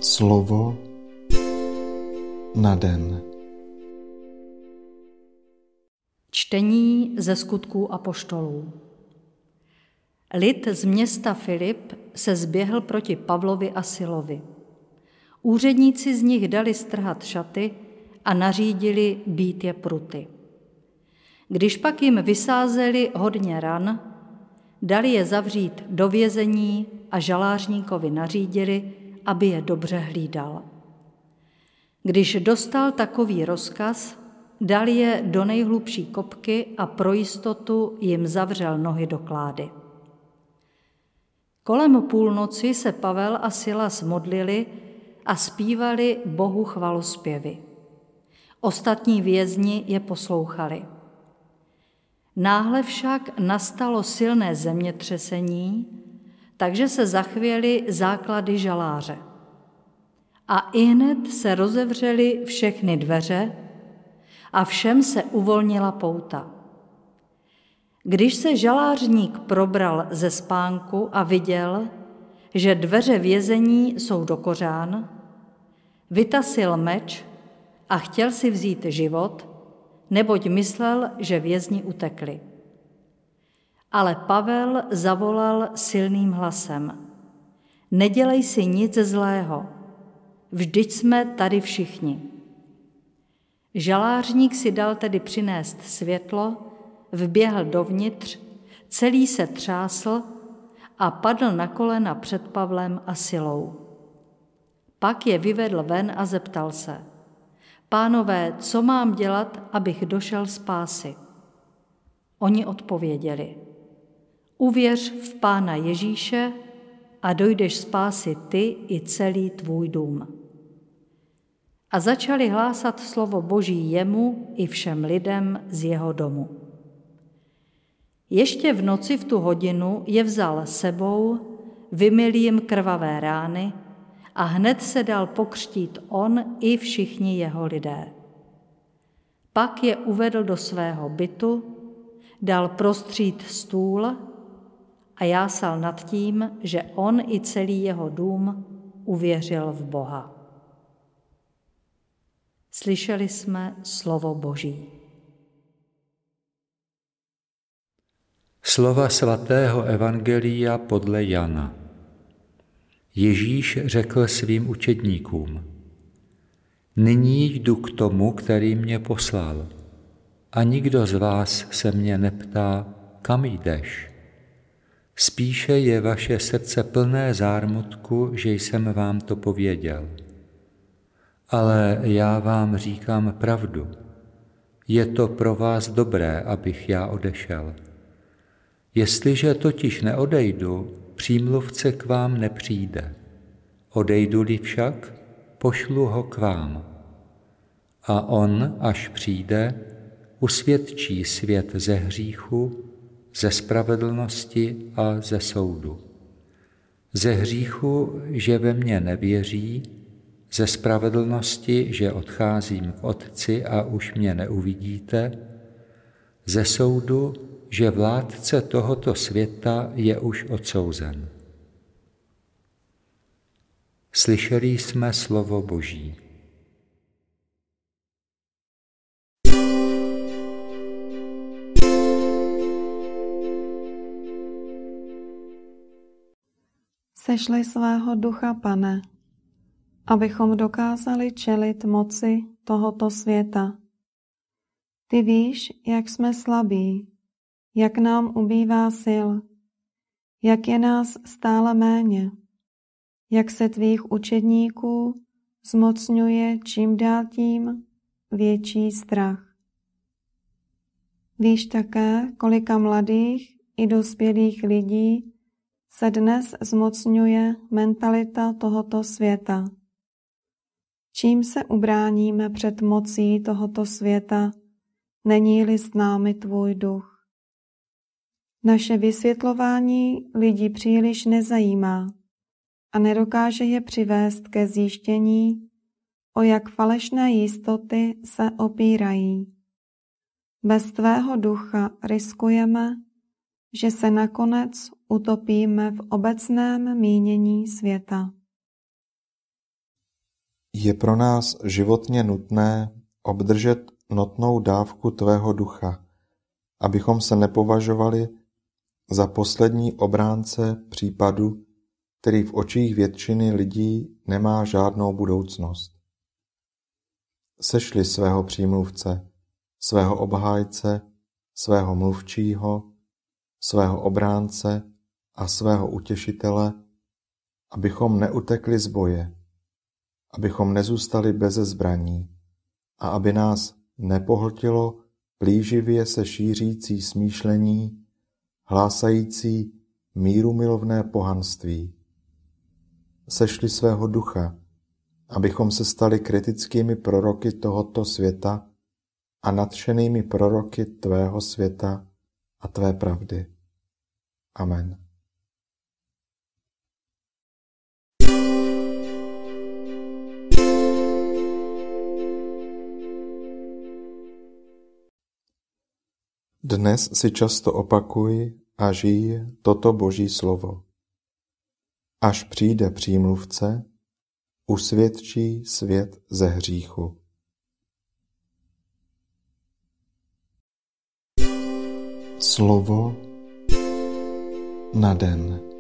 Slovo na den. Čtení ze Skutků apoštolů. Lid z města Filip se zběhl proti Pavlovi a Silovi. Úředníci z nich dali strhat šaty a nařídili bít je pruty. Když pak jim vysázeli hodně ran, dali je zavřít do vězení a žalářníkovi nařídili, aby je dobře hlídal. Když dostal takový rozkaz, dal je do nejhlubší kopky a pro jistotu jim zavřel nohy do klády. Kolem půlnoci se Pavel a Silas modlili a zpívali Bohu chvalospěvy. Ostatní vězni je poslouchali. Náhle však nastalo silné zemětřesení, takže se zachvěly základy žaláře. A ihned se rozevřely všechny dveře a všem se uvolnila pouta. Když se žalářník probral ze spánku a viděl, že dveře vězení jsou do kořán, vytasil meč a chtěl si vzít život, neboť myslel, že vězni utekli. Ale Pavel zavolal silným hlasem: Nedělej si nic zlého, vždyť jsme tady všichni. Žalářník si dal tedy přinést světlo, vběhl dovnitř, celý se třásl a padl na kolena před Pavlem a Silou. Pak je vyvedl ven a zeptal se: Pánové, co mám dělat, abych došel spásy? Oni odpověděli: Uvěř v Pána Ježíše a dojdeš spásy ty i celý tvůj dům. A začali hlásat slovo Boží jemu i všem lidem z jeho domu. Ještě v noci v tu hodinu je vzal sebou, vymyl jim krvavé rány a hned se dal pokřtít on i všichni jeho lidé. Pak je uvedl do svého bytu, dal prostřít stůl a jásal nad tím, že on i celý jeho dům uvěřil v Boha. Slyšeli jsme slovo Boží. Slova svatého evangelia podle Jana. Ježíš řekl svým učedníkům: Nyní jdu k tomu, který mě poslal, a nikdo z vás se mě neptá, kam jdeš. Spíše je vaše srdce plné zármutku, že jsem vám to pověděl. Ale já vám říkám pravdu. Je to pro vás dobré, abych já odešel. Jestliže totiž neodejdu, přímluvce k vám nepřijde. Odejdu-li však, pošlu ho k vám. A on, až přijde, usvědčí svět ze hříchu, ze spravedlnosti a ze soudu. Ze hříchu, že ve mně nevěří, ze spravedlnosti, že odcházím k Otci a už mě neuvidíte, ze soudu, že vládce tohoto světa je už odsouzen. Slyšeli jsme slovo Boží. Sešli svého ducha, Pane, abychom dokázali čelit moci tohoto světa. Ty víš, jak jsme slabí, jak nám ubývá sil, jak je nás stále méně, jak se tvých učedníků zmocňuje čím dál tím větší strach. Víš také, kolika mladých i dospělých lidí se dnes zmocňuje mentalita tohoto světa. Čím se ubráníme před mocí tohoto světa, není-li s námi tvůj duch? Naše vysvětlování lidi příliš nezajímá a nedokáže je přivést ke zjištění, o jak falešné jistoty se opírají. Bez tvého ducha riskujeme, že se nakonec utopíme v obecném mínění světa. Je pro nás životně nutné obdržet notnou dávku tvého ducha, abychom se nepovažovali za poslední obránce případu, který v očích většiny lidí nemá žádnou budoucnost. Sešli svého přímluvce, svého obhájce, svého mluvčího, svého obránce a svého utěšitele, abychom neutekli z boje, abychom nezůstali beze zbraní a aby nás nepohltilo plíživě se šířící smýšlení, hlásající mírumilovné pohanství. Sešli svého ducha, abychom se stali kritickými proroky tohoto světa a nadšenými proroky tvého světa a tvé pravdy. Amen. Dnes si často opakuj a žij toto Boží slovo. Až přijde přímluvce, usvědčí svět ze hříchu. Slovo na den.